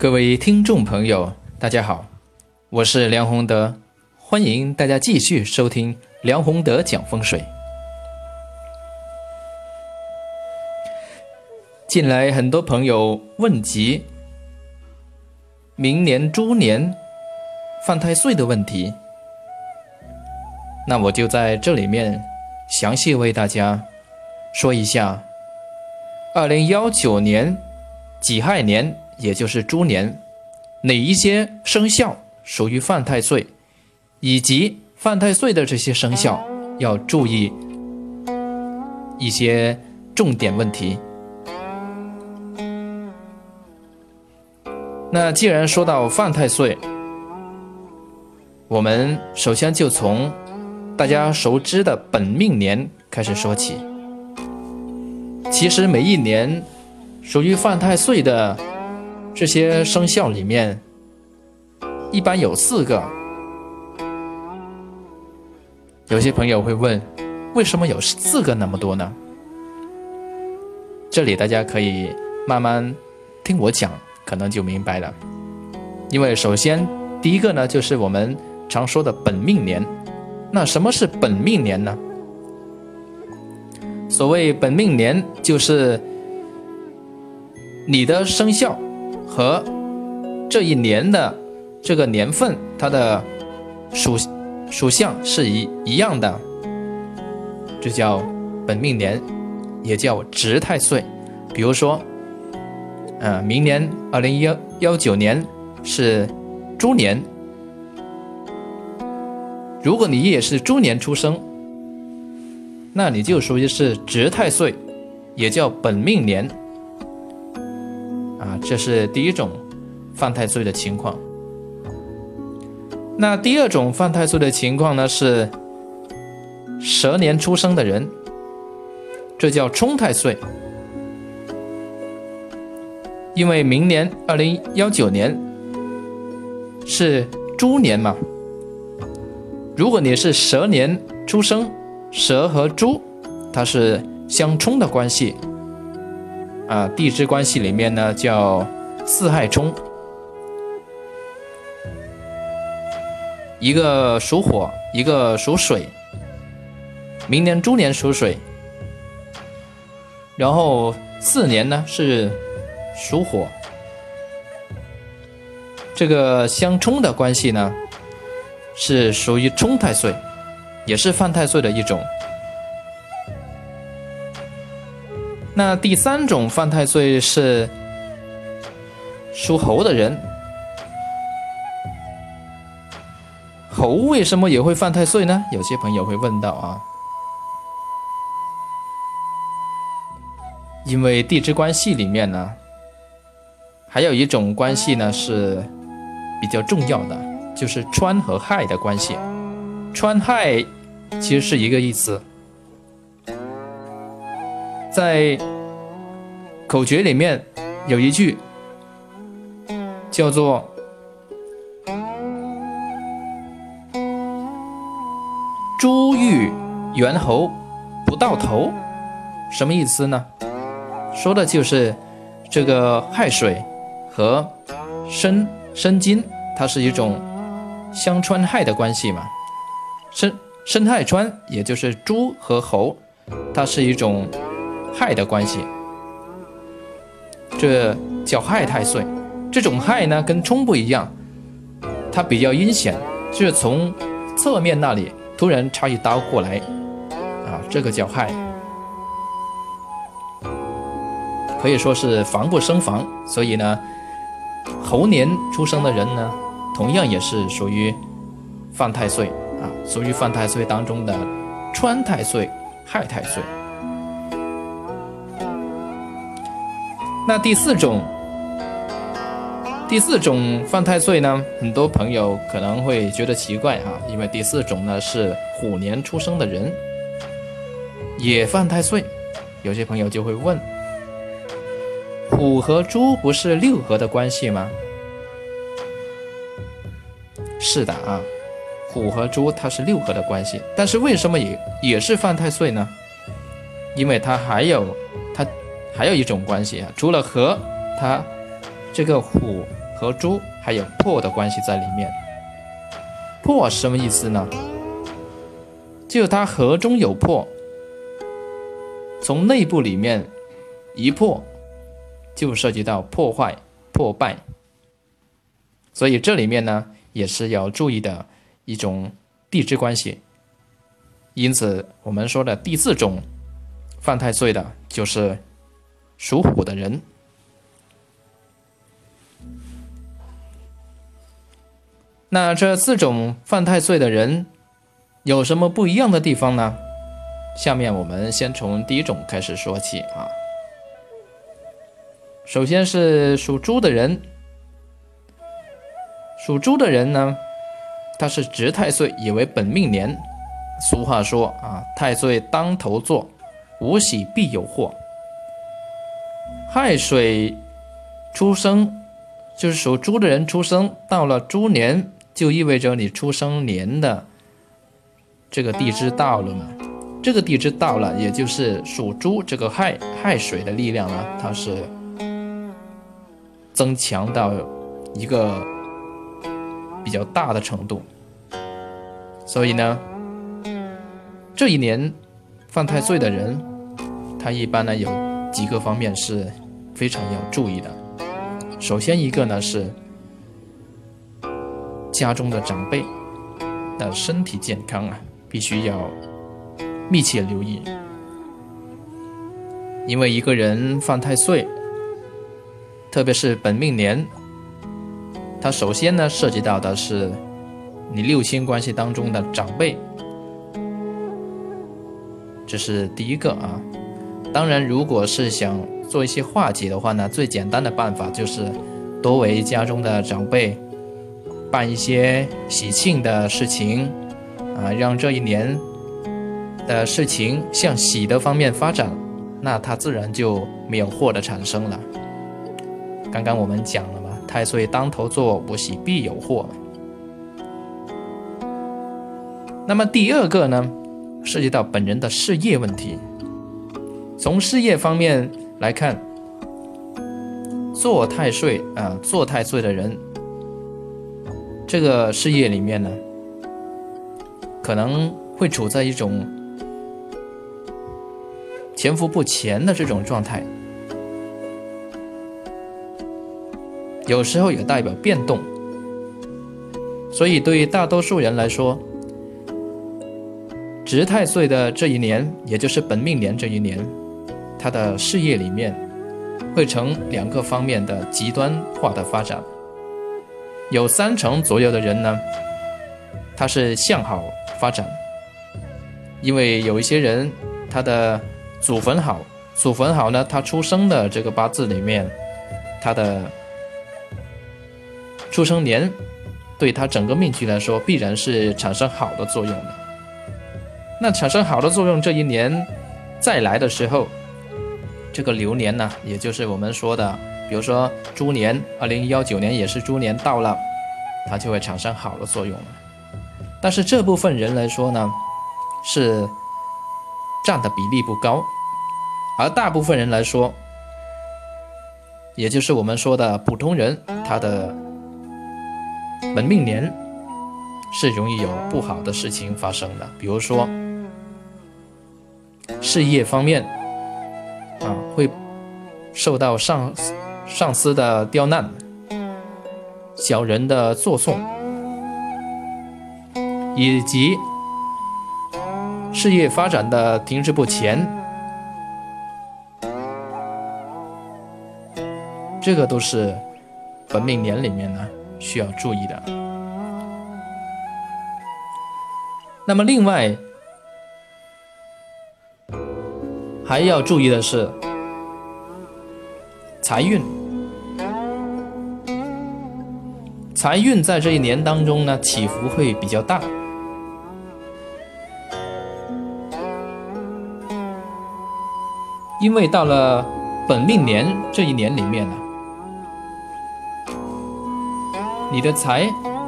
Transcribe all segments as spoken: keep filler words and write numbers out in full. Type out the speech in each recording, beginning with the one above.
各位听众朋友，大家好，我是梁宏德，欢迎大家继续收听梁宏德讲风水。近来很多朋友问及明年猪年犯太岁的问题，那我就在这里面详细为大家说一下二零一九年己亥年，也就是猪年，哪一些生肖属于犯太岁，以及犯太岁的这些生肖要注意一些重点问题。那既然说到犯太岁，我们首先就从大家熟知的本命年开始说起。其实每一年属于犯太岁的这些生肖里面，一般有四个。有些朋友会问，为什么有四个那么多呢？这里大家可以慢慢听我讲，可能就明白了。因为首先第一个呢，就是我们常说的本命年。那什么是本命年呢？所谓本命年，就是你的生肖和这一年的这个年份，它的属属相是一一样的，这叫本命年，也叫值太岁。比如说，呃，明年二零一九年是猪年，如果你也是猪年出生，那你就属于是值太岁，也叫本命年啊，这是第一种犯太岁的情况。那第二种犯太岁的情况呢，是蛇年出生的人，这叫冲太岁。因为明年二零一九年是猪年嘛，如果你是蛇年出生，蛇和猪它是相冲的关系啊，地支关系里面呢叫四害冲，一个属火，一个属水。明年猪年属水，然后四年呢是属火，这个相冲的关系呢是属于冲太岁，也是犯太岁的一种。那第三种犯太岁是属猴的人。猴为什么也会犯太岁呢？有些朋友会问到啊，因为地支关系里面呢，还有一种关系呢是比较重要的，就是穿和亥的关系。穿亥其实是一个意思，在口诀里面有一句叫做猪遇猿猴不到头，什么意思呢？说的就是这个亥水和申申金，它是一种相穿亥的关系嘛。申申亥穿，也就是猪和猴，它是一种亥的关系，这叫亥太岁。这种亥呢跟冲不一样，它比较阴险，就是从侧面那里突然插一刀过来啊，这个叫亥，可以说是防不胜防。所以呢，猴年出生的人呢，同样也是属于犯太岁啊，属于犯太岁当中的穿太岁、亥太岁。那第四种，第四种犯太岁呢，很多朋友可能会觉得奇怪啊，因为第四种呢是虎年出生的人也犯太岁。有些朋友就会问，虎和猪不是六合的关系吗？是的啊，虎和猪它是六合的关系，但是为什么也也是犯太岁呢？因为它还有它还有一种关系啊，除了合，它这个虎和猪还有破的关系在里面。破什么意思呢？就它合中有破，从内部里面一破就涉及到破坏破败，所以这里面呢也是要注意的一种地支关系。因此我们说的第四种犯太岁的就是属虎的人。那这四种犯太岁的人有什么不一样的地方呢？下面我们先从第一种开始说起啊。首先是属猪的人，属猪的人呢，他是值太岁也为本命年。俗话说啊，太岁当头坐，无喜必有祸。亥水出生，就是属猪的人出生到了猪年，就意味着你出生年的这个地支到了嘛。这个地支到了，也就是属猪这个亥亥水的力量呢，它是增强到一个比较大的程度。所以呢，这一年犯太岁的人，他一般呢有几个方面是非常要注意的。首先一个呢是家中的长辈的身体健康啊，必须要密切留意。因为一个人犯太岁，特别是本命年，它首先呢涉及到的是你六亲关系当中的长辈，这是第一个啊。当然如果是想做一些化解的话呢，最简单的办法就是多为家中的长辈办一些喜庆的事情啊，让这一年的事情向喜的方面发展，那它自然就没有祸的产生了。刚刚我们讲了嘛，太岁当头坐，无喜必有祸。那么第二个呢，涉及到本人的事业问题。从事业方面来看，坐太岁啊，坐太岁的人，这个事业里面呢，可能会处在一种前夫不前的这种状态，有时候也代表变动。所以对于大多数人来说，值太岁的这一年，也就是本命年这一年，他的事业里面会呈两个方面的极端化的发展。有三成左右的人呢，他是向好发展，因为有一些人他的祖坟好，祖坟好呢，他出生的这个八字里面，他的出生年对他整个命局来说必然是产生好的作用的。那产生好的作用，这一年再来的时候，这个流年呢，也就是我们说的，比如说猪年，二零一九年也是猪年到了，它就会产生好的作用了。但是这部分人来说呢，是占的比例不高，而大部分人来说，也就是我们说的普通人，他的本命年是容易有不好的事情发生的。比如说事业方面啊，会受到上上司的刁难，小人的作送，以及事业发展的停滞不前，这个都是本命年里面呢需要注意的。那么另外还要注意的是财运。财运在这一年当中呢，起伏会比较大。因为到了本命年这一年里面呢，你的财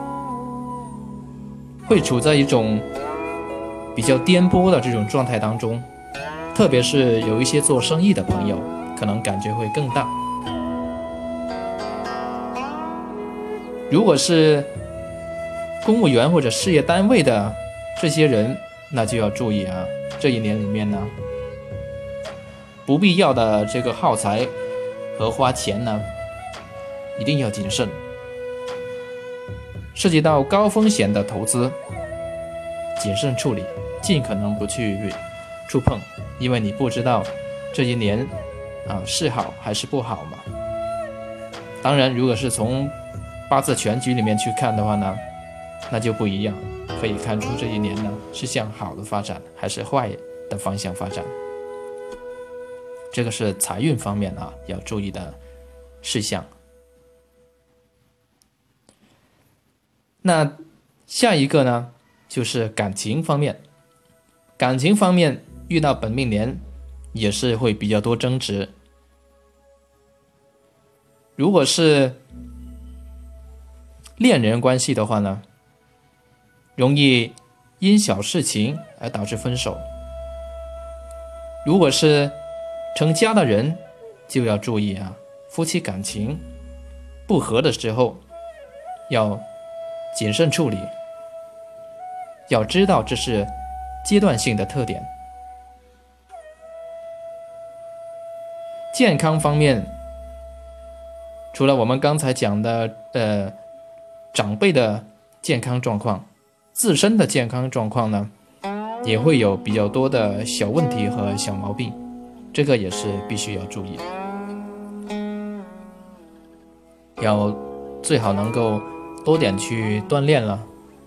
会处在一种比较颠簸的这种状态当中，特别是有一些做生意的朋友，可能感觉会更大。 如果是公务员或者事业单位的这些人，那就要注意啊，这一年里面呢，不必要的这个耗材和花钱呢，一定要谨慎。涉及到高风险的投资，谨慎处理，尽可能不去触碰，因为你不知道这一年啊是好还是不好嘛。当然，如果是从八字全局里面去看的话呢，那就不一样，可以看出这一年呢是向好的发展还是坏的方向发展。这个是财运方面啊要注意的事项。那下一个呢，就是感情方面。感情方面遇到本命年也是会比较多争执。如果是恋人关系的话呢，容易因小事情而导致分手。如果是成家的人，就要注意啊，夫妻感情不和的时候要谨慎处理，要知道这是阶段性的特点。健康方面，除了我们刚才讲的呃长辈的健康状况，自身的健康状况呢，也会有比较多的小问题和小毛病，这个也是必须要注意的。要最好能够多点去锻炼了。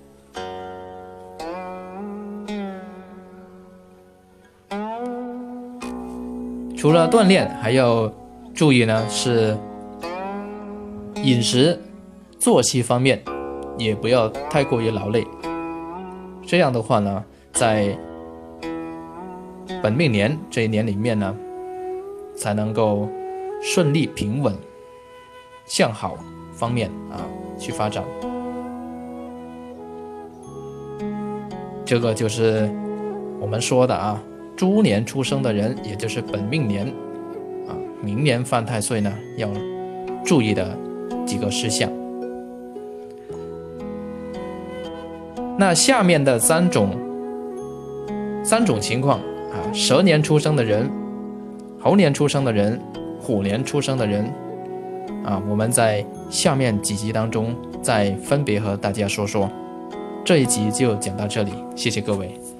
除了锻炼，还要注意呢是饮食、作息方面也不要太过于劳累。这样的话呢，在本命年这一年里面呢，才能够顺利平稳向好方面啊去发展。这个就是我们说的啊，猪年出生的人，也就是本命年啊，明年犯太岁呢要注意的几个事项。那下面的三种三种情况啊，蛇年出生的人、猴年出生的人、虎年出生的人啊，我们在下面几集当中再分别和大家说说。这一集就讲到这里，谢谢各位。